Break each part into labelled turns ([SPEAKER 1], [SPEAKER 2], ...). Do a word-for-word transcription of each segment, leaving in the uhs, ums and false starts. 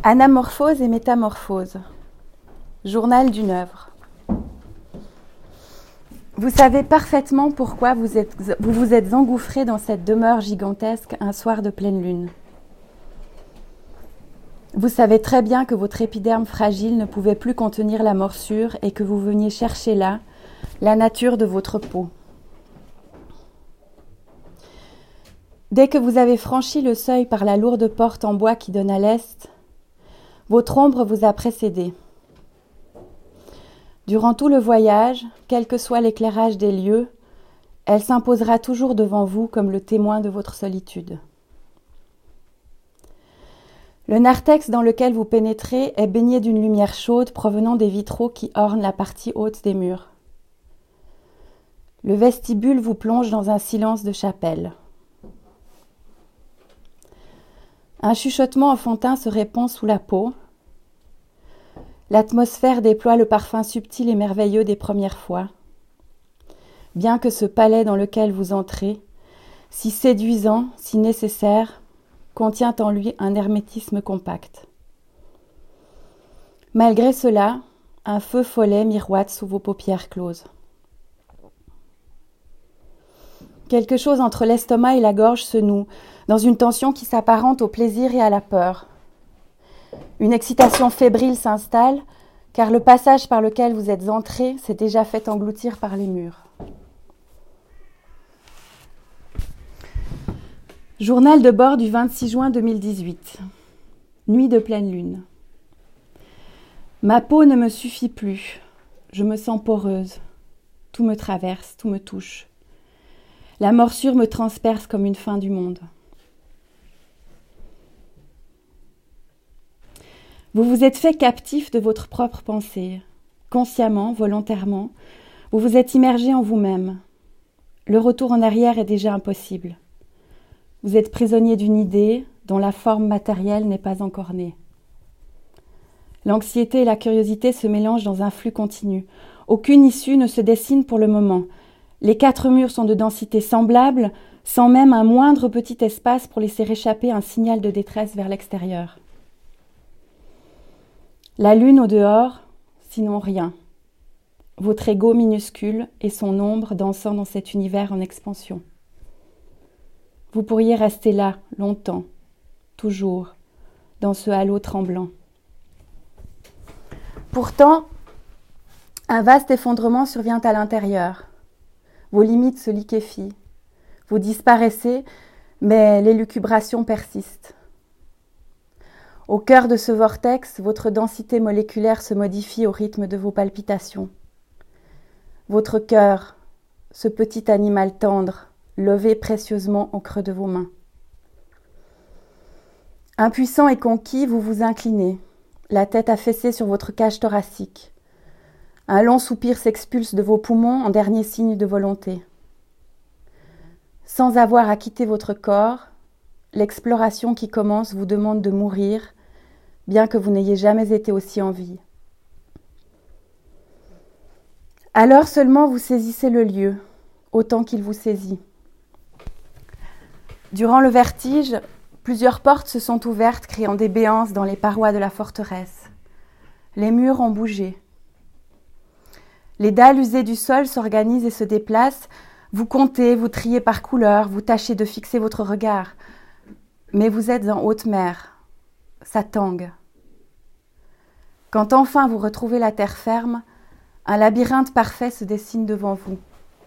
[SPEAKER 1] Anamorphose et métamorphose. Journal d'une œuvre. Vous savez parfaitement pourquoi vous êtes, vous vous êtes engouffré dans cette demeure gigantesque un soir de pleine lune. Vous savez très bien que votre épiderme fragile ne pouvait plus contenir la morsure et que vous veniez chercher là la nature de votre peau. Dès que vous avez franchi le seuil par la lourde porte en bois qui donne à l'est, votre ombre vous a précédé. Durant tout le voyage, quel que soit l'éclairage des lieux, elle s'imposera toujours devant vous comme le témoin de votre solitude. Le narthex dans lequel vous pénétrez est baigné d'une lumière chaude provenant des vitraux qui ornent la partie haute des murs. Le vestibule vous plonge dans un silence de chapelle. Un chuchotement enfantin se répand sous la peau. L'atmosphère déploie le parfum subtil et merveilleux des premières fois. Bien que ce palais dans lequel vous entrez, si séduisant, si nécessaire, contient en lui un hermétisme compact. Malgré cela, un feu follet miroite sous vos paupières closes. Quelque chose entre l'estomac et la gorge se noue, dans une tension qui s'apparente au plaisir et à la peur. Une excitation fébrile s'installe, car le passage par lequel vous êtes entré s'est déjà fait engloutir par les murs. Journal de bord du vingt-six juin deux mille dix-huit. Nuit de pleine lune. Ma peau ne me suffit plus. Je me sens poreuse. Tout me traverse, tout me touche. La morsure me transperce comme une fin du monde. Vous vous êtes fait captif de votre propre pensée. Consciemment, volontairement, vous vous êtes immergé en vous-même. Le retour en arrière est déjà impossible. Vous êtes prisonnier d'une idée dont la forme matérielle n'est pas encore née. L'anxiété et la curiosité se mélangent dans un flux continu. Aucune issue ne se dessine pour le moment. Les quatre murs sont de densité semblable, sans même un moindre petit espace pour laisser échapper un signal de détresse vers l'extérieur. La lune au dehors, sinon rien. Votre ego minuscule et son ombre dansant dans cet univers en expansion. Vous pourriez rester là, longtemps, toujours, dans ce halo tremblant. Pourtant, un vaste effondrement survient à l'intérieur. Vos limites se liquéfient. Vous disparaissez, mais l'élucubration persiste. Au cœur de ce vortex, votre densité moléculaire se modifie au rythme de vos palpitations. Votre cœur, ce petit animal tendre, levé précieusement au creux de vos mains. Impuissant et conquis, vous vous inclinez, la tête affaissée sur votre cage thoracique. Un long soupir s'expulse de vos poumons en dernier signe de volonté. Sans avoir à quitter votre corps, l'exploration qui commence vous demande de mourir, bien que vous n'ayez jamais été aussi en vie. Alors seulement vous saisissez le lieu, autant qu'il vous saisit. Durant le vertige, plusieurs portes se sont ouvertes, créant des béances dans les parois de la forteresse. Les murs ont bougé. Les dalles usées du sol s'organisent et se déplacent. Vous comptez, vous triez par couleur, vous tâchez de fixer votre regard. Mais vous êtes en haute mer. Ça tangue. Quand enfin vous retrouvez la terre ferme, un labyrinthe parfait se dessine devant vous.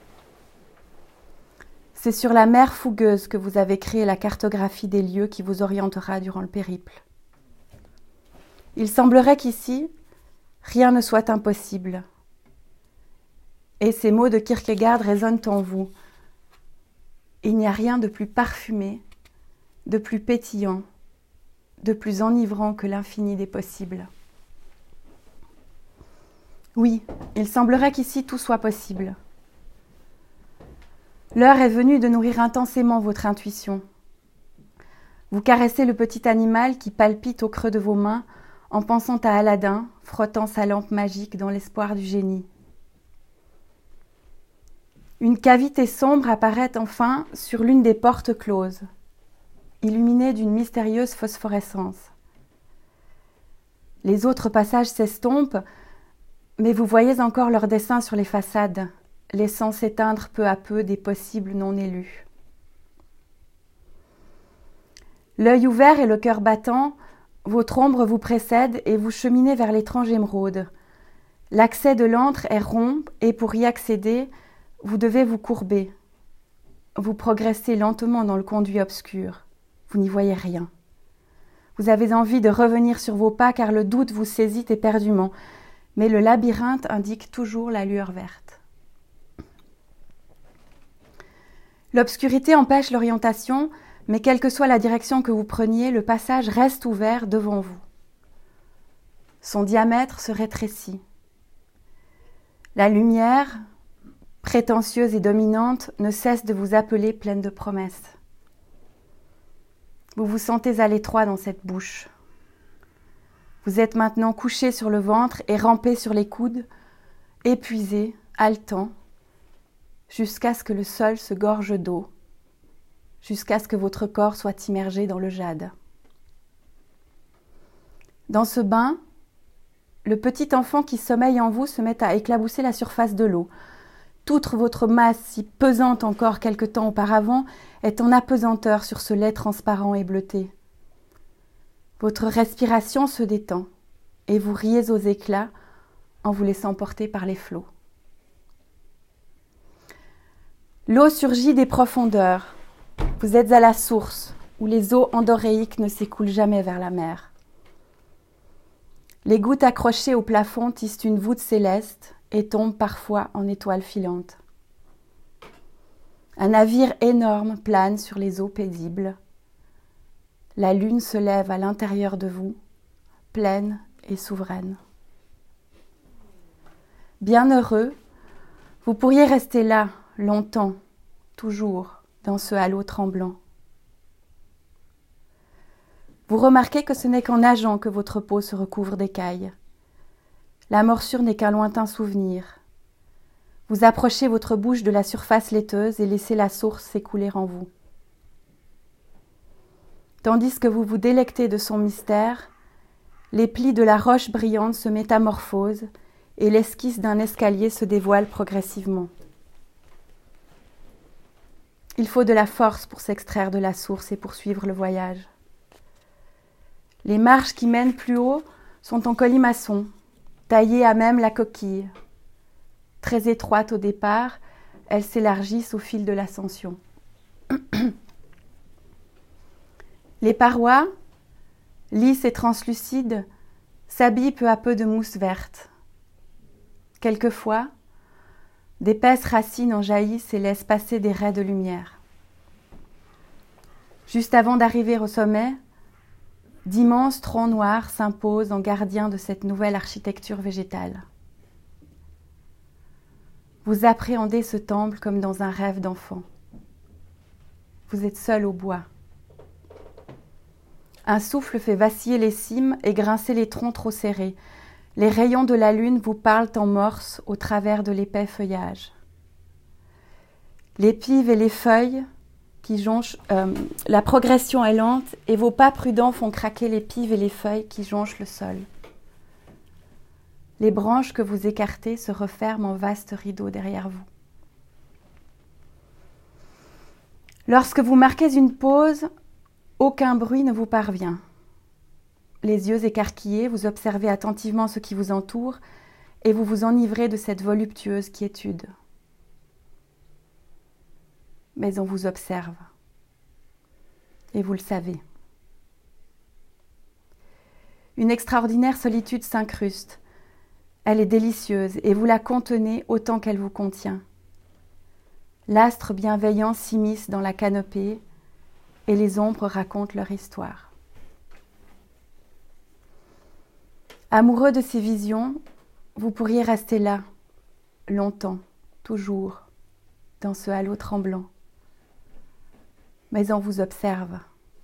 [SPEAKER 1] C'est sur la mer fougueuse que vous avez créé la cartographie des lieux qui vous orientera durant le périple. Il semblerait qu'ici, rien ne soit impossible. Et ces mots de Kierkegaard résonnent en vous. Il n'y a rien de plus parfumé, de plus pétillant, de plus enivrant que l'infini des possibles. Oui, il semblerait qu'ici tout soit possible. L'heure est venue de nourrir intensément votre intuition. Vous caressez le petit animal qui palpite au creux de vos mains en pensant à Aladin, frottant sa lampe magique dans l'espoir du génie. Une cavité sombre apparaît enfin sur l'une des portes closes, illuminée d'une mystérieuse phosphorescence. Les autres passages s'estompent, mais vous voyez encore leurs dessins sur les façades, laissant s'éteindre peu à peu des possibles non élus. L'œil ouvert et le cœur battant, votre ombre vous précède et vous cheminez vers l'étrange émeraude. L'accès de l'antre est rond et pour y accéder, vous devez vous courber. Vous progressez lentement dans le conduit obscur. Vous n'y voyez rien. Vous avez envie de revenir sur vos pas car le doute vous saisit éperdument, mais le labyrinthe indique toujours la lueur verte. L'obscurité empêche l'orientation, mais quelle que soit la direction que vous preniez, le passage reste ouvert devant vous. Son diamètre se rétrécit. La lumière, prétentieuse et dominante, ne cesse de vous appeler pleine de promesses. Vous vous sentez à l'étroit dans cette bouche. Vous êtes maintenant couché sur le ventre et rampé sur les coudes, épuisé, haletant, jusqu'à ce que le sol se gorge d'eau, jusqu'à ce que votre corps soit immergé dans le jade. Dans ce bain, le petit enfant qui sommeille en vous se met à éclabousser la surface de l'eau. Toute votre masse, si pesante encore quelque temps auparavant, est en apesanteur sur ce lait transparent et bleuté. Votre respiration se détend et vous riez aux éclats en vous laissant porter par les flots. L'eau surgit des profondeurs. Vous êtes à la source où les eaux endoréiques ne s'écoulent jamais vers la mer. Les gouttes accrochées au plafond tissent une voûte céleste et tombent parfois en étoiles filantes. Un navire énorme plane sur les eaux paisibles. La lune se lève à l'intérieur de vous, pleine et souveraine. Bienheureux, vous pourriez rester là, longtemps, toujours, dans ce halo tremblant. Vous remarquez que ce n'est qu'en nageant que votre peau se recouvre d'écailles. La morsure n'est qu'un lointain souvenir. Vous approchez votre bouche de la surface laiteuse et laissez la source s'écouler en vous. Tandis que vous vous délectez de son mystère, les plis de la roche brillante se métamorphosent et l'esquisse d'un escalier se dévoile progressivement. Il faut de la force pour s'extraire de la source et poursuivre le voyage. Les marches qui mènent plus haut sont en colimaçon, taillées à même la coquille. Très étroites au départ, elles s'élargissent au fil de l'ascension. Les parois, lisses et translucides, s'habillent peu à peu de mousse verte. Quelquefois, d'épaisses racines en jaillissent et laissent passer des raies de lumière. Juste avant d'arriver au sommet, d'immenses troncs noirs s'imposent en gardiens de cette nouvelle architecture végétale. Vous appréhendez ce temple comme dans un rêve d'enfant. Vous êtes seul au bois. Un souffle fait vaciller les cimes et grincer les troncs trop serrés. Les rayons de la lune vous parlent en morse au travers de l'épais feuillage. Les pives et les feuilles qui jonchent, euh, la progression est lente et vos pas prudents font craquer les pives et les feuilles qui jonchent le sol. Les branches que vous écartez se referment en vastes rideaux derrière vous. Lorsque vous marquez une pause, aucun bruit ne vous parvient. Les yeux écarquillés, vous observez attentivement ce qui vous entoure et vous vous enivrez de cette voluptueuse quiétude. Mais on vous observe. Et vous le savez. Une extraordinaire solitude s'incruste. Elle est délicieuse et vous la contenez autant qu'elle vous contient. L'astre bienveillant s'immisce dans la canopée et les ombres racontent leur histoire. Amoureux de ces visions, vous pourriez rester là, longtemps, toujours, dans ce halo tremblant. Mais on vous observe.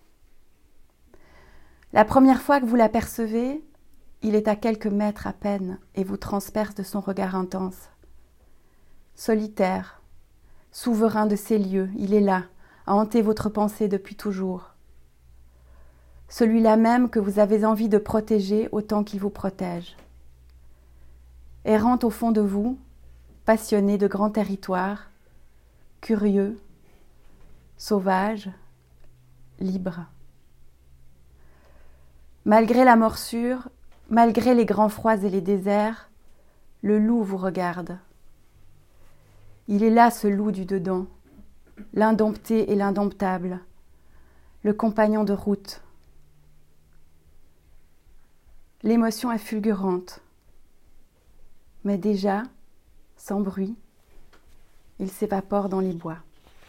[SPEAKER 1] La première fois que vous l'apercevez, il est à quelques mètres à peine et vous transperce de son regard intense. Solitaire, souverain de ces lieux, il est là, à hanter votre pensée depuis toujours. celui-là même que vous avez envie de protéger autant qu'il vous protège. Errant au fond de vous, passionné de grands territoires, curieux, sauvage, libre. Malgré la morsure, malgré les grands froids et les déserts, le loup vous regarde. Il est là, ce loup du dedans, l'indompté et l'indomptable, le compagnon de route. L'émotion est fulgurante, mais déjà, sans bruit, il s'évapore dans les bois.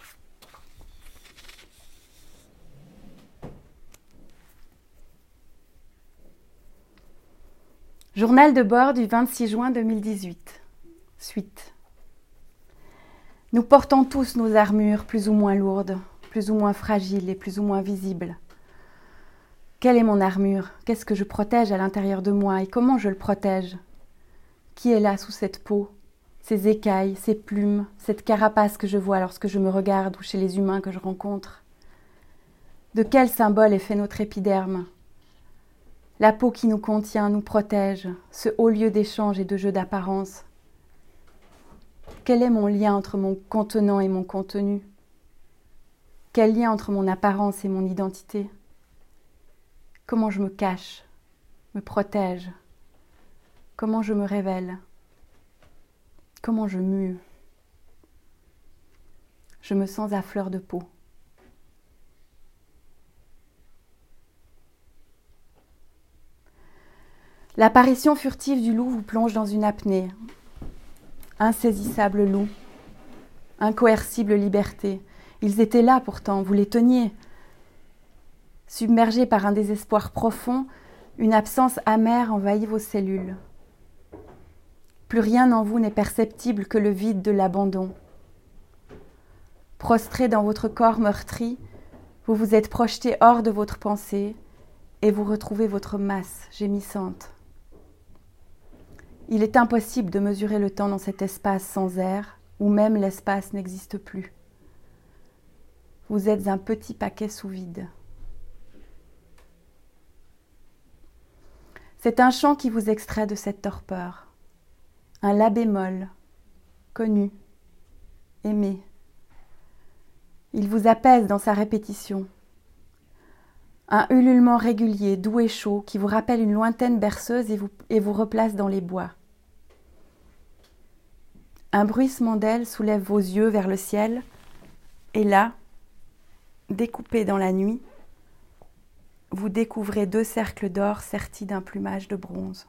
[SPEAKER 1] Journal de bord du vingt-six juin deux mille dix-huit. Suite. Nous portons tous nos armures plus ou moins lourdes, plus ou moins fragiles et plus ou moins visibles. Quelle est mon armure? Qu'est-ce que je protège à l'intérieur de moi et comment je le protège? Qui est là sous cette peau, ces écailles, ces plumes, cette carapace que je vois lorsque je me regarde ou chez les humains que je rencontre? De quel symbole est fait notre épiderme? La peau qui nous contient, nous protège, ce haut lieu d'échange et de jeu d'apparence. Quel est mon lien entre mon contenant et mon contenu? Quel lien entre mon apparence et mon identité? Comment je me cache, me protège? Comment je me révèle? Comment je mue? Je me sens à fleur de peau. L'apparition furtive du loup vous plonge dans une apnée. Insaisissable loup, incoercible liberté. Ils étaient là pourtant, vous les teniez. Submergés par un désespoir profond, une absence amère envahit vos cellules. Plus rien en vous n'est perceptible que le vide de l'abandon. Prostré dans votre corps meurtri, vous vous êtes projeté hors de votre pensée et vous retrouvez votre masse gémissante. Il est impossible de mesurer le temps dans cet espace sans air, où même l'espace n'existe plus. Vous êtes un petit paquet sous vide. C'est un chant qui vous extrait de cette torpeur. Un la bémol, connu, aimé. Il vous apaise dans sa répétition. Un ululement régulier, doux et chaud, qui vous rappelle une lointaine berceuse et vous, et vous replace dans les bois. Un bruissement d'ailes soulève vos yeux vers le ciel, et là, découpé dans la nuit, vous découvrez deux cercles d'or sertis d'un plumage de bronze.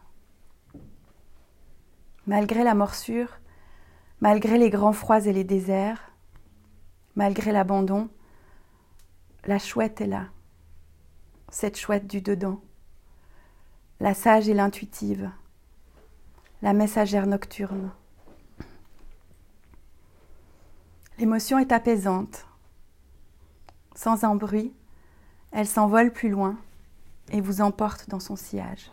[SPEAKER 1] Malgré la morsure, malgré les grands froids et les déserts, malgré l'abandon, la chouette est là. Cette chouette du dedans, la sage et l'intuitive, la messagère nocturne. L'émotion est apaisante. Sans un bruit, elle s'envole plus loin et vous emporte dans son sillage.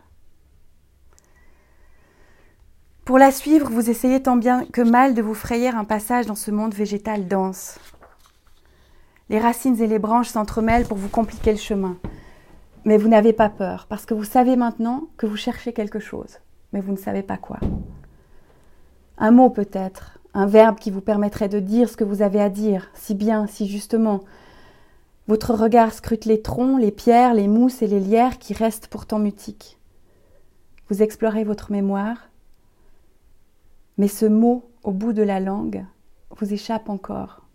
[SPEAKER 1] Pour la suivre, vous essayez tant bien que mal de vous frayer un passage dans ce monde végétal dense. Les racines et les branches s'entremêlent pour vous compliquer le chemin. Mais vous n'avez pas peur, parce que vous savez maintenant que vous cherchez quelque chose, mais vous ne savez pas quoi. Un mot peut-être, un verbe qui vous permettrait de dire ce que vous avez à dire, si bien, si justement. Votre regard scrute les troncs, les pierres, les mousses et les lierres qui restent pourtant mutiques. Vous explorez votre mémoire, mais ce mot au bout de la langue vous échappe encore.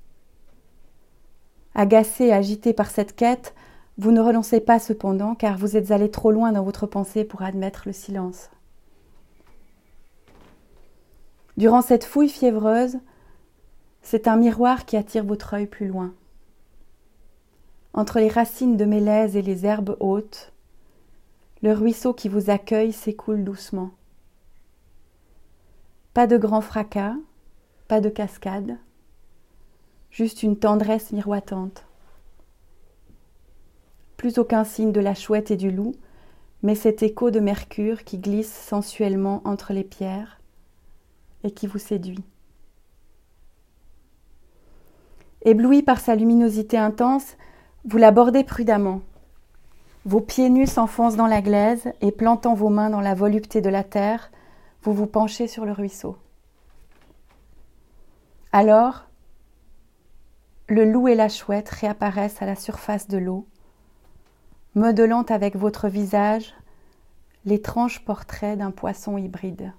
[SPEAKER 1] Agacé, agité par cette quête, vous ne renoncez pas cependant, car vous êtes allé trop loin dans votre pensée pour admettre le silence. Durant cette fouille fiévreuse, c'est un miroir qui attire votre œil plus loin. Entre les racines de mélèze et les herbes hautes, le ruisseau qui vous accueille s'écoule doucement. Pas de grand fracas, pas de cascade, juste une tendresse miroitante. Plus aucun signe de la chouette et du loup, mais cet écho de mercure qui glisse sensuellement entre les pierres et qui vous séduit. Ébloui par sa luminosité intense, vous l'abordez prudemment. Vos pieds nus s'enfoncent dans la glaise et plantant vos mains dans la volupté de la terre, vous vous penchez sur le ruisseau. Alors, le loup et la chouette réapparaissent à la surface de l'eau, modelant avec votre visage l'étrange portrait d'un poisson hybride.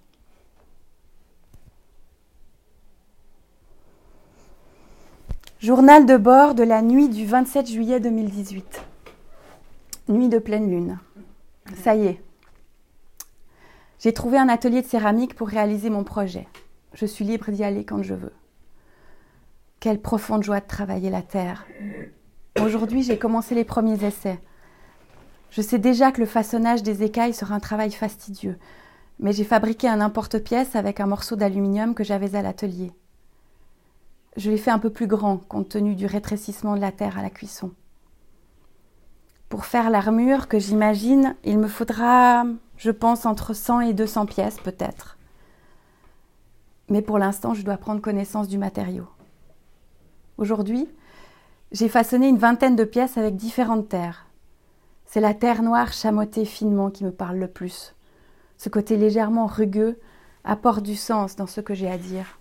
[SPEAKER 1] Journal de bord de la nuit du vingt-sept juillet deux mille dix-huit. Nuit de pleine lune. Ça y est. J'ai trouvé un atelier de céramique pour réaliser mon projet. Je suis libre d'y aller quand je veux. Quelle profonde joie de travailler la terre. Aujourd'hui, j'ai commencé les premiers essais. Je sais déjà que le façonnage des écailles sera un travail fastidieux, mais j'ai fabriqué un emporte-pièce avec un morceau d'aluminium que j'avais à l'atelier. Je l'ai fait un peu plus grand, compte tenu du rétrécissement de la terre à la cuisson. Pour faire l'armure que j'imagine, il me faudra, je pense, entre cent et deux cents pièces peut-être. Mais pour l'instant, je dois prendre connaissance du matériau. Aujourd'hui, j'ai façonné une vingtaine de pièces avec différentes terres. C'est la terre noire chamottée finement qui me parle le plus. Ce côté légèrement rugueux apporte du sens dans ce que j'ai à dire.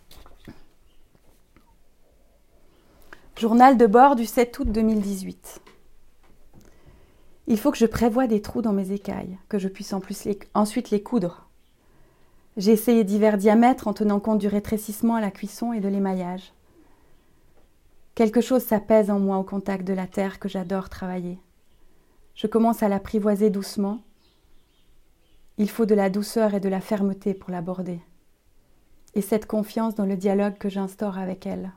[SPEAKER 1] Journal de bord du sept août deux mille dix-huit. Il faut que je prévoie des trous dans mes écailles, que je puisse en plus les, ensuite les coudre. J'ai essayé divers diamètres en tenant compte du rétrécissement à la cuisson et de l'émaillage. Quelque chose s'apaise en moi au contact de la terre que j'adore travailler. Je commence à l'apprivoiser doucement. Il faut de la douceur et de la fermeté pour l'aborder. Et cette confiance dans le dialogue que j'instaure avec elle.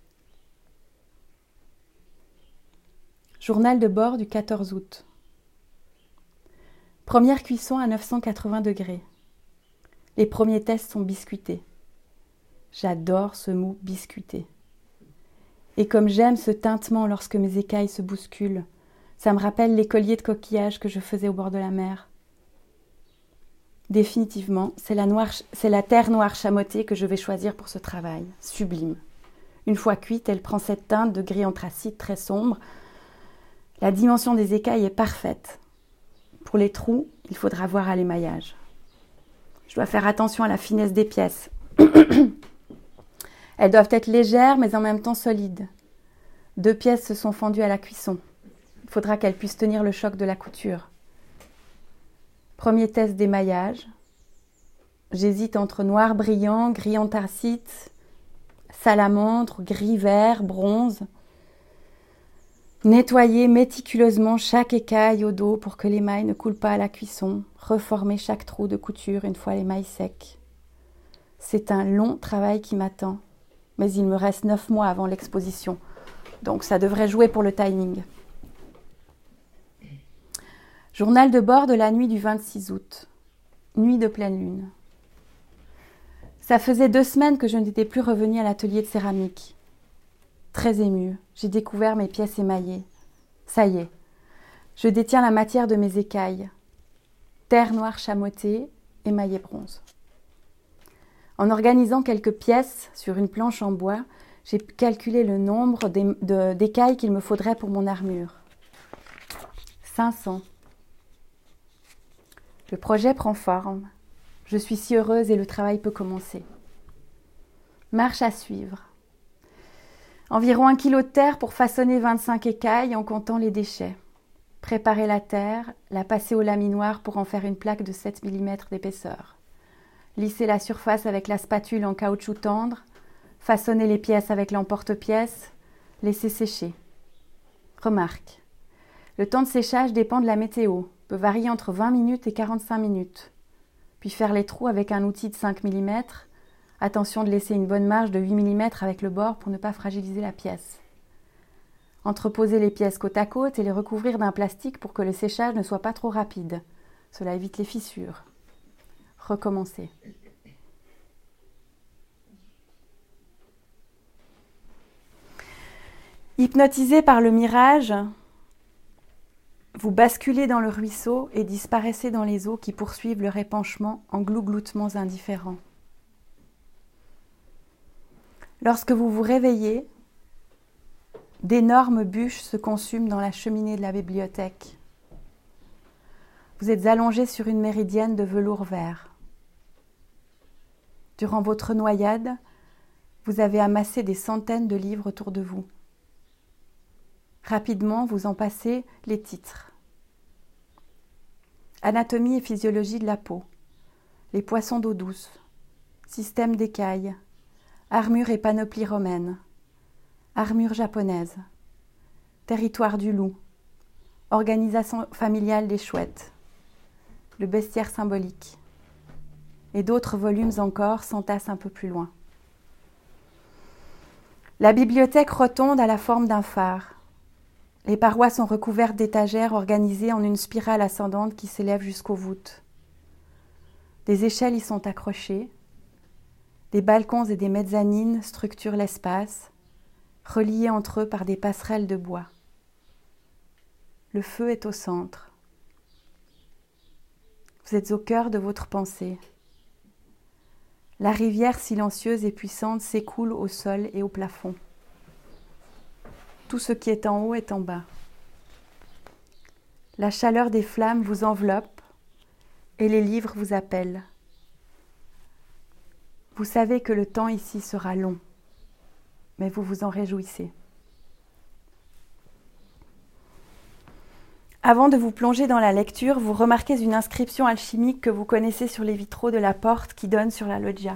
[SPEAKER 1] Journal de bord du quatorze août. Première cuisson à neuf cent quatre-vingts degrés. Les premiers tests sont biscuités. J'adore ce mot biscuité. Et comme j'aime ce tintement lorsque mes écailles se bousculent, ça me rappelle les colliers de coquillages que je faisais au bord de la mer. Définitivement, c'est la, noire, c'est la terre noire chamottée que je vais choisir pour ce travail. Sublime. Une fois cuite, elle prend cette teinte de gris anthracite très sombre. La dimension des écailles est parfaite. Pour les trous, il faudra voir à l'émaillage. Je dois faire attention à la finesse des pièces. Elles doivent être légères, mais en même temps solides. Deux pièces se sont fendues à la cuisson. Il faudra qu'elles puissent tenir le choc de la couture. Premier test d'émaillage. J'hésite entre noir brillant, gris anthracite, salamandre, gris vert, bronze. Nettoyer méticuleusement chaque écaille au dos pour que l'émail ne coule pas à la cuisson. Reformer chaque trou de couture une fois l'émail sec. C'est un long travail qui m'attend, mais il me reste neuf mois avant l'exposition, donc ça devrait jouer pour le timing. Journal de bord de la nuit du vingt-six août. Nuit de pleine lune. Ça faisait deux semaines que je n'étais plus revenue à l'atelier de céramique. Très émue, j'ai découvert mes pièces émaillées. Ça y est, je détiens la matière de mes écailles. Terre noire chamottée, émaillée bronze. En organisant quelques pièces sur une planche en bois, j'ai calculé le nombre d'écailles qu'il me faudrait pour mon armure. cinq cents. Le projet prend forme. Je suis si heureuse et le travail peut commencer. Marche à suivre. Environ un kilo de terre pour façonner vingt-cinq écailles en comptant les déchets. Préparer la terre, la passer au laminoir pour en faire une plaque de sept millimètres d'épaisseur. Lisser la surface avec la spatule en caoutchouc tendre, façonner les pièces avec l'emporte-pièce, laisser sécher. Remarque, le temps de séchage dépend de la météo, peut varier entre vingt minutes et quarante-cinq minutes. Puis faire les trous avec un outil de cinq millimètres. Attention de laisser une bonne marge de huit millimètres avec le bord pour ne pas fragiliser la pièce. Entreposer les pièces côte à côte et les recouvrir d'un plastique pour que le séchage ne soit pas trop rapide. Cela évite les fissures. Recommencer. Hypnotisé par le mirage, vous basculez dans le ruisseau et disparaissez dans les eaux qui poursuivent le épanchement en glougloutements indifférents. Lorsque vous vous réveillez, d'énormes bûches se consument dans la cheminée de la bibliothèque. Vous êtes allongé sur une méridienne de velours vert. Durant votre noyade, vous avez amassé des centaines de livres autour de vous. Rapidement, vous en passez les titres. Anatomie et physiologie de la peau, les poissons d'eau douce, système d'écailles, armure et panoplie romaine, armure japonaise, territoire du loup, organisation familiale des chouettes, le bestiaire symbolique, et d'autres volumes encore s'entassent un peu plus loin. La bibliothèque rotonde a la forme d'un phare. Les parois sont recouvertes d'étagères organisées en une spirale ascendante qui s'élève jusqu'aux voûtes. Des échelles y sont accrochées. Des balcons et des mezzanines structurent l'espace, reliés entre eux par des passerelles de bois. Le feu est au centre. Vous êtes au cœur de votre pensée. La rivière silencieuse et puissante s'écoule au sol et au plafond. Tout ce qui est en haut est en bas. La chaleur des flammes vous enveloppe et les livres vous appellent. Vous savez que le temps ici sera long, mais vous vous en réjouissez. Avant de vous plonger dans la lecture, vous remarquez une inscription alchimique que vous connaissez sur les vitraux de la porte qui donne sur la loggia.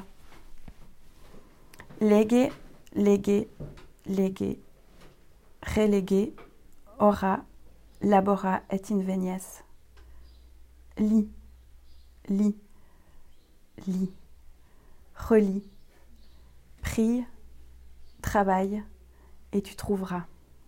[SPEAKER 1] Lege, lege, lege, relege, ora, labora et invenies. Lis, lis, lis, relis, prie, travaille et tu trouveras.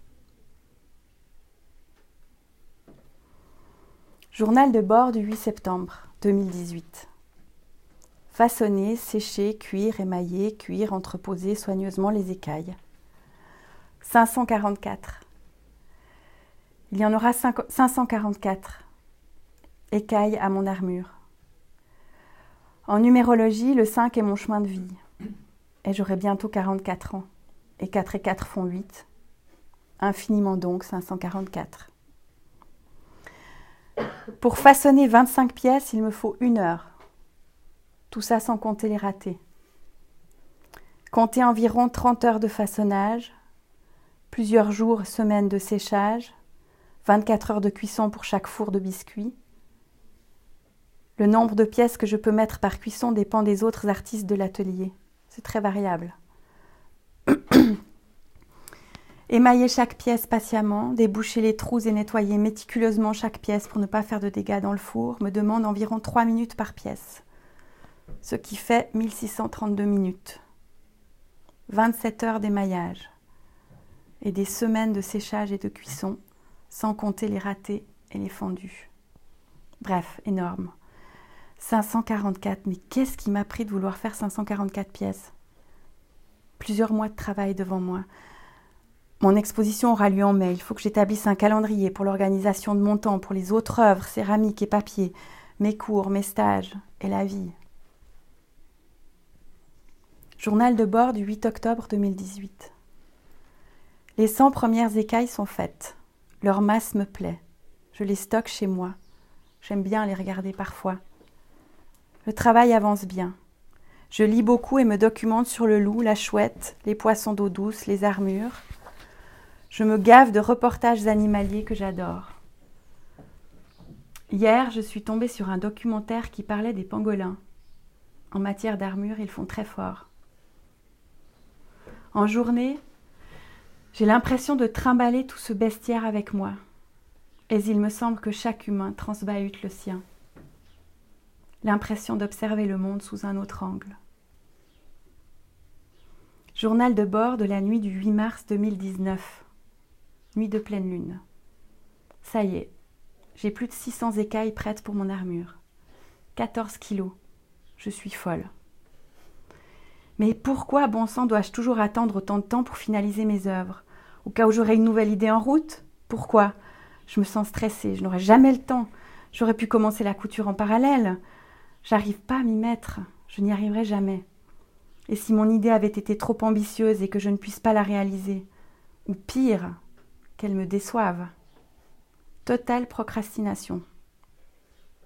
[SPEAKER 1] Journal de bord du huit septembre deux mille dix-huit. Façonner, sécher, cuire, émailler, cuire, entreposer soigneusement les écailles. cinq cent quarante-quatre. Il y en aura cinq cent quarante-quatre. Écailles à mon armure. En numérologie, le cinq est mon chemin de vie. Et j'aurai bientôt quarante-quatre ans. Et quatre et quatre font huit. Infiniment donc cinq cent quarante-quatre. Pour façonner vingt-cinq pièces, il me faut une heure. Tout ça sans compter les ratés. Compter environ trente heures de façonnage, plusieurs jours, semaines de séchage, vingt-quatre heures de cuisson pour chaque four de biscuits. Le nombre de pièces que je peux mettre par cuisson dépend des autres artistes de l'atelier. C'est très variable. Émailler chaque pièce patiemment, déboucher les trous et nettoyer méticuleusement chaque pièce pour ne pas faire de dégâts dans le four me demande environ trois minutes par pièce, ce qui fait mille six cent trente-deux minutes. vingt-sept heures d'émaillage et des semaines de séchage et de cuisson, sans compter les ratés et les fendus. Bref, énorme. cinq cent quarante-quatre, mais qu'est-ce qui m'a pris de vouloir faire cinq cent quarante-quatre pièces? Plusieurs mois de travail devant moi. Mon exposition aura lieu en mai. Il faut que j'établisse un calendrier pour l'organisation de mon temps, pour les autres œuvres, céramique et papier, mes cours, mes stages et la vie. Journal de bord du huit octobre deux mille dix-huit. Les cent premières écailles sont faites. Leur masse me plaît. Je les stocke chez moi. J'aime bien les regarder parfois. Le travail avance bien. Je lis beaucoup et me documente sur le loup, la chouette, les poissons d'eau douce, les armures. Je me gave de reportages animaliers que j'adore. Hier, je suis tombée sur un documentaire qui parlait des pangolins. En matière d'armure, ils font très fort. En journée, j'ai l'impression de trimballer tout ce bestiaire avec moi. Et il me semble que chaque humain transbahute le sien. L'impression d'observer le monde sous un autre angle. Journal de bord de la nuit du huit mars deux mille dix-neuf. Nuit de pleine lune. Ça y est, j'ai plus de six cents écailles prêtes pour mon armure. quatorze kilos. Je suis folle. Mais pourquoi, bon sang, dois-je toujours attendre autant de temps pour finaliser mes œuvres? Au cas où j'aurais une nouvelle idée en route? Pourquoi? Je me sens stressée, je n'aurai jamais le temps. J'aurais pu commencer la couture en parallèle. J'arrive pas à m'y mettre, je n'y arriverai jamais. Et si mon idée avait été trop ambitieuse et que je ne puisse pas la réaliser? Ou pire, qu'elle me déçoive. Totale procrastination.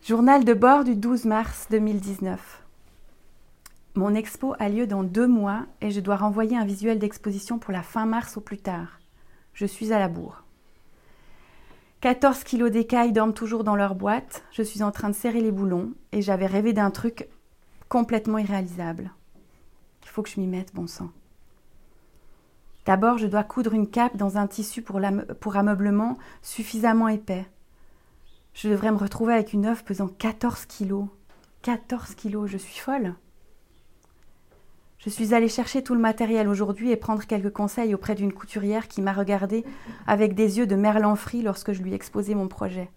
[SPEAKER 1] Journal de bord du douze mars deux mille dix-neuf. Mon expo a lieu dans deux mois et je dois renvoyer un visuel d'exposition pour la fin mars au plus tard. Je suis à la bourre. quatorze kilos d'écailles dorment toujours dans leur boîte. Je suis en train de serrer les boulons et j'avais rêvé d'un truc complètement irréalisable. Il faut que je m'y mette, bon sang. D'abord, je dois coudre une cape dans un tissu pour, pour ameublement suffisamment épais. Je devrais me retrouver avec une œuvre pesant quatorze kilos. quatorze kilos, je suis folle. Je suis allée chercher tout le matériel aujourd'hui et prendre quelques conseils auprès d'une couturière qui m'a regardée avec des yeux de merlan frit lorsque je lui exposais mon projet.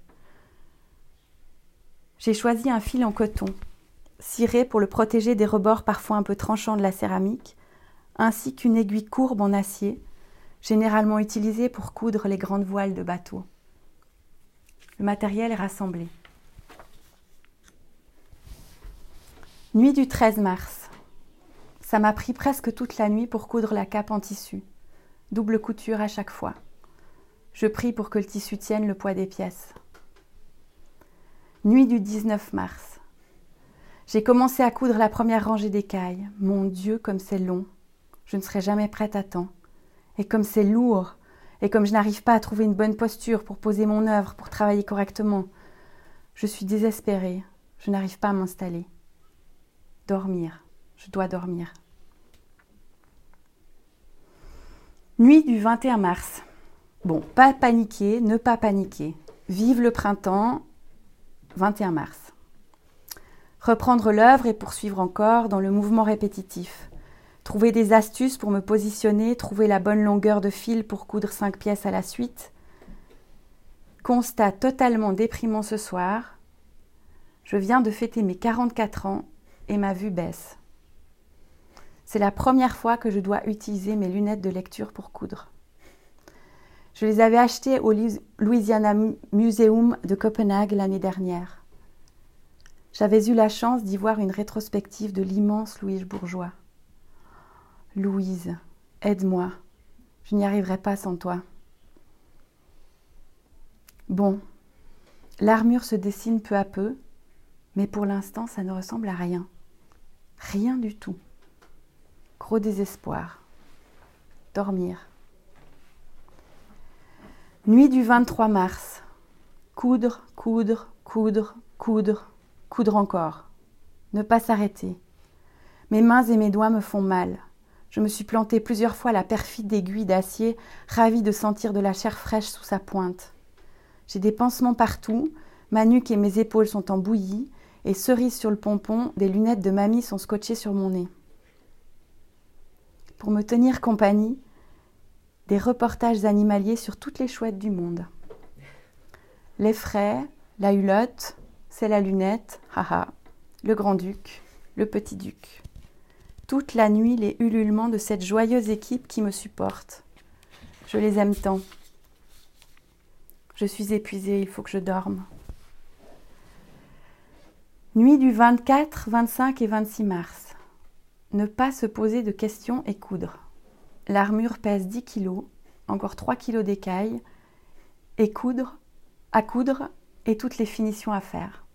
[SPEAKER 1] J'ai choisi un fil en coton, ciré pour le protéger des rebords parfois un peu tranchants de la céramique, ainsi qu'une aiguille courbe en acier, généralement utilisée pour coudre les grandes voiles de bateaux. Le matériel est rassemblé. Nuit du treize mars. Ça m'a pris presque toute la nuit pour coudre la cape en tissu. Double couture à chaque fois. Je prie pour que le tissu tienne le poids des pièces. Nuit du dix-neuf mars. J'ai commencé à coudre la première rangée d'écailles. Mon Dieu, comme c'est long. Je ne serai jamais prête à temps. Et comme c'est lourd. Et comme je n'arrive pas à trouver une bonne posture pour poser mon œuvre, pour travailler correctement, je suis désespérée. Je n'arrive pas à m'installer. Dormir. Je dois dormir. Nuit du vingt et un mars. Bon, pas paniquer, ne pas paniquer. Vive le printemps, vingt et un mars. Reprendre l'œuvre et poursuivre encore dans le mouvement répétitif. Trouver des astuces pour me positionner, trouver la bonne longueur de fil pour coudre cinq pièces à la suite. Constat totalement déprimant ce soir. Je viens de fêter mes quarante-quatre ans et ma vue baisse. C'est la première fois que je dois utiliser mes lunettes de lecture pour coudre. Je les avais achetées au Louisiana Museum de Copenhague l'année dernière. J'avais eu la chance d'y voir une rétrospective de l'immense Louis Bourgeois. Louise, aide-moi, je n'y arriverai pas sans toi. Bon, l'armure se dessine peu à peu, mais pour l'instant, ça ne ressemble à rien. Rien du tout. Gros désespoir. Dormir. Nuit du vingt-trois mars. Coudre, coudre, coudre, coudre, coudre encore. Ne pas s'arrêter. Mes mains et mes doigts me font mal. Je me suis plantée plusieurs fois la perfide aiguille d'acier, ravie de sentir de la chair fraîche sous sa pointe. J'ai des pansements partout, ma nuque et mes épaules sont en bouillie, et cerise sur le pompon, des lunettes de mamie sont scotchées sur mon nez. Pour me tenir compagnie, des reportages animaliers sur toutes les chouettes du monde. Les frais, la hulotte, c'est la lunette, haha, le grand-duc, le petit-duc. Toute la nuit, les ululements de cette joyeuse équipe qui me supporte. Je les aime tant. Je suis épuisée, il faut que je dorme. Nuit du vingt-quatre, vingt-cinq et vingt-six mars. Ne pas se poser de questions et coudre. L'armure pèse dix kilos, encore trois kilos d'écailles, et coudre, à coudre et toutes les finitions à faire.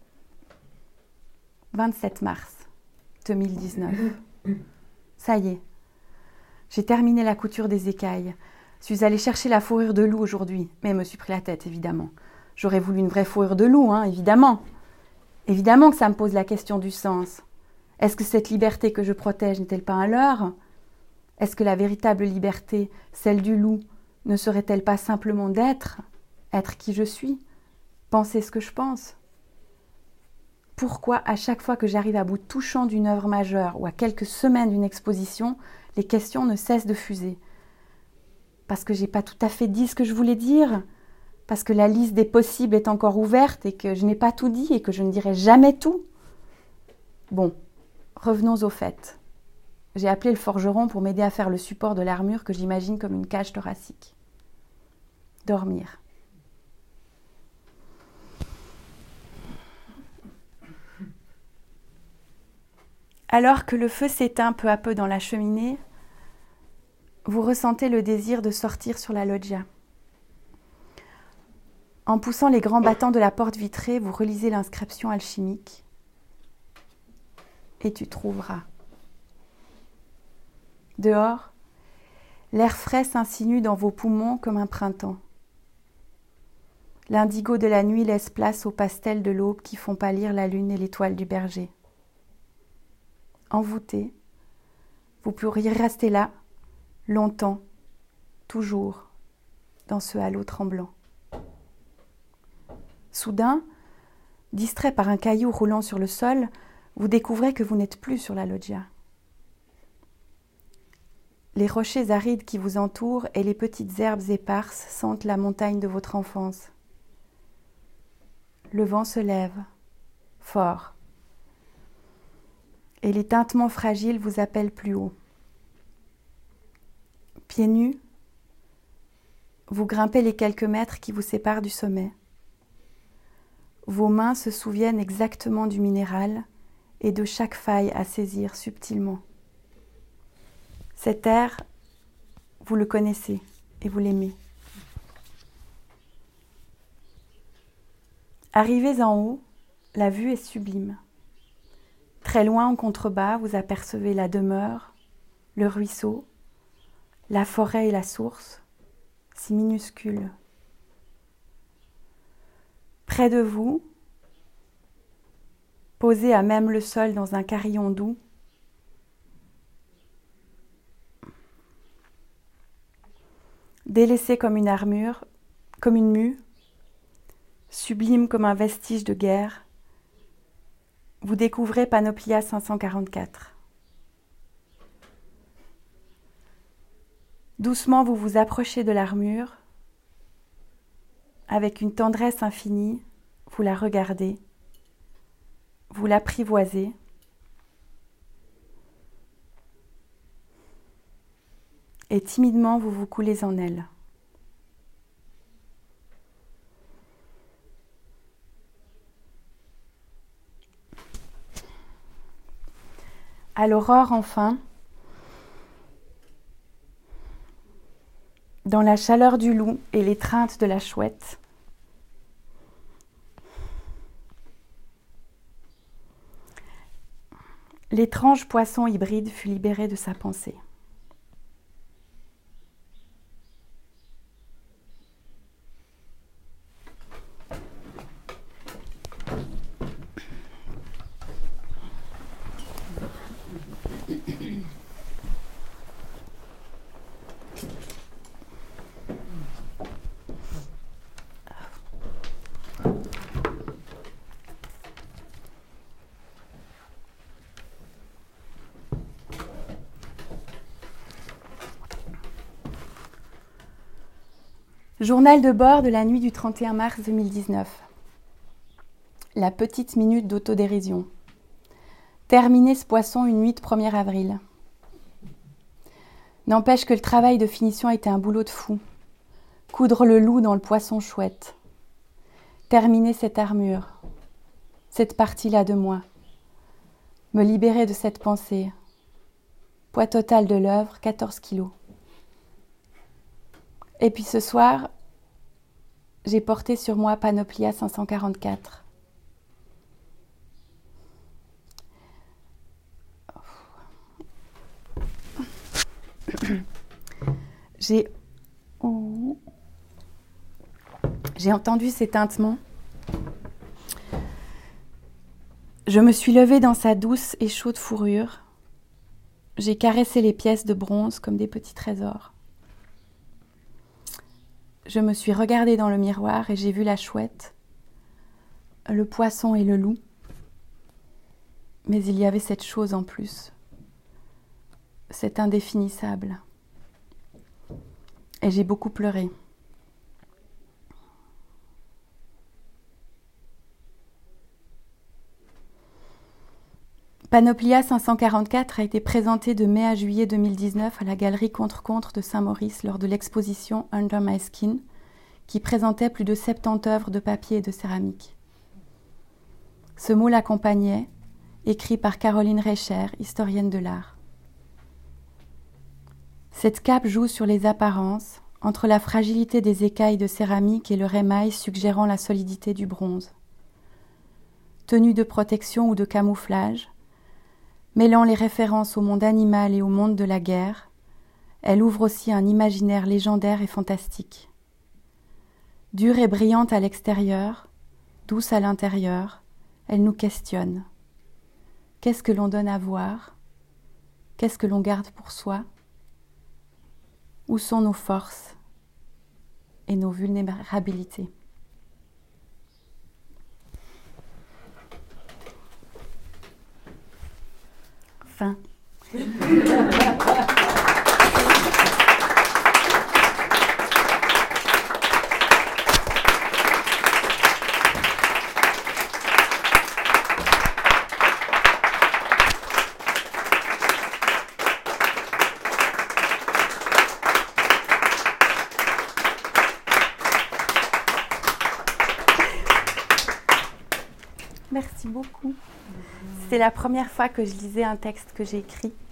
[SPEAKER 1] vingt-sept mars deux mille dix-neuf. Ça y est, j'ai terminé la couture des écailles. Je suis allée chercher la fourrure de loup aujourd'hui, mais me suis pris la tête, évidemment. J'aurais voulu une vraie fourrure de loup, hein, évidemment. Évidemment que ça me pose la question du sens. Est-ce que cette liberté que je protège n'est-elle pas un leurre ? Est-ce que la véritable liberté, celle du loup, ne serait-elle pas simplement d'être, être qui je suis, penser ce que je pense ? Pourquoi, à chaque fois que j'arrive à bout touchant d'une œuvre majeure ou à quelques semaines d'une exposition, les questions ne cessent de fuser ? Parce que je n'ai pas tout à fait dit ce que je voulais dire ? Parce que la liste des possibles est encore ouverte et que je n'ai pas tout dit et que je ne dirai jamais tout ? Bon, revenons au fait. J'ai appelé le forgeron pour m'aider à faire le support de l'armure que j'imagine comme une cage thoracique. Dormir. Alors que le feu s'éteint peu à peu dans la cheminée, vous ressentez le désir de sortir sur la loggia. En poussant les grands battants de la porte vitrée, vous relisez l'inscription alchimique et tu trouveras. Dehors, l'air frais s'insinue dans vos poumons comme un printemps. L'indigo de la nuit laisse place aux pastels de l'aube qui font pâlir la lune et l'étoile du berger. Envoûté, vous pourriez rester là, longtemps, toujours, dans ce halo tremblant. Soudain, distrait par un caillou roulant sur le sol, vous découvrez que vous n'êtes plus sur la loggia. Les rochers arides qui vous entourent et les petites herbes éparses sentent la montagne de votre enfance. Le vent se lève, fort, et les tintements fragiles vous appellent plus haut. Pieds nus, vous grimpez les quelques mètres qui vous séparent du sommet. Vos mains se souviennent exactement du minéral et de chaque faille à saisir subtilement. Cet air, vous le connaissez et vous l'aimez. Arrivés en haut, la vue est sublime. Très loin en contrebas, vous apercevez la demeure, le ruisseau, la forêt et la source, si minuscules. Près de vous, posé à même le sol dans un carillon doux, délaissé comme une armure, comme une mue, sublime comme un vestige de guerre, vous découvrez Panoplia cinq cent quarante-quatre. Doucement, vous vous approchez de l'armure. Avec une tendresse infinie, vous la regardez, vous l'apprivoisez. Et timidement, vous vous coulez en elle. À l'aurore, enfin, dans la chaleur du loup et l'étreinte de la chouette, l'étrange poisson hybride fut libéré de sa pensée. Journal de bord de la nuit du trente et un mars deux mille dix-neuf. La petite minute d'autodérision. Terminer ce poisson une nuit de premier avril. N'empêche que le travail de finition était un boulot de fou. Coudre le loup dans le poisson chouette. Terminer cette armure. Cette partie-là de moi. Me libérer de cette pensée. Poids total de l'œuvre, quatorze kilos. Et puis ce soir, j'ai porté sur moi Panoplia cinq cent quarante-quatre. J'ai... Oh. J'ai entendu ces tintements. Je me suis levée dans sa douce et chaude fourrure. J'ai caressé les pièces de bronze comme des petits trésors. Je me suis regardée dans le miroir et j'ai vu la chouette, le poisson et le loup. Mais il y avait cette chose en plus, cet indéfinissable. Et j'ai beaucoup pleuré. Panoplia cinq cent quarante-quatre a été présenté de mai à juillet deux mille dix-neuf à la galerie Contre-Contre de Saint-Maurice lors de l'exposition Under My Skin, qui présentait plus de soixante-dix œuvres de papier et de céramique. Ce mot l'accompagnait, écrit par Caroline Recher, historienne de l'art. Cette cape joue sur les apparences, entre la fragilité des écailles de céramique et leur émail suggérant la solidité du bronze. Tenue de protection ou de camouflage, mêlant les références au monde animal et au monde de la guerre, elle ouvre aussi un imaginaire légendaire et fantastique. Dure et brillante à l'extérieur, douce à l'intérieur, elle nous questionne. Qu'est-ce que l'on donne à voir? Qu'est-ce que l'on garde pour soi? Où sont nos forces et nos vulnérabilités? Fin. Merci beaucoup. C'est la première fois que je lisais un texte que j'ai écrit.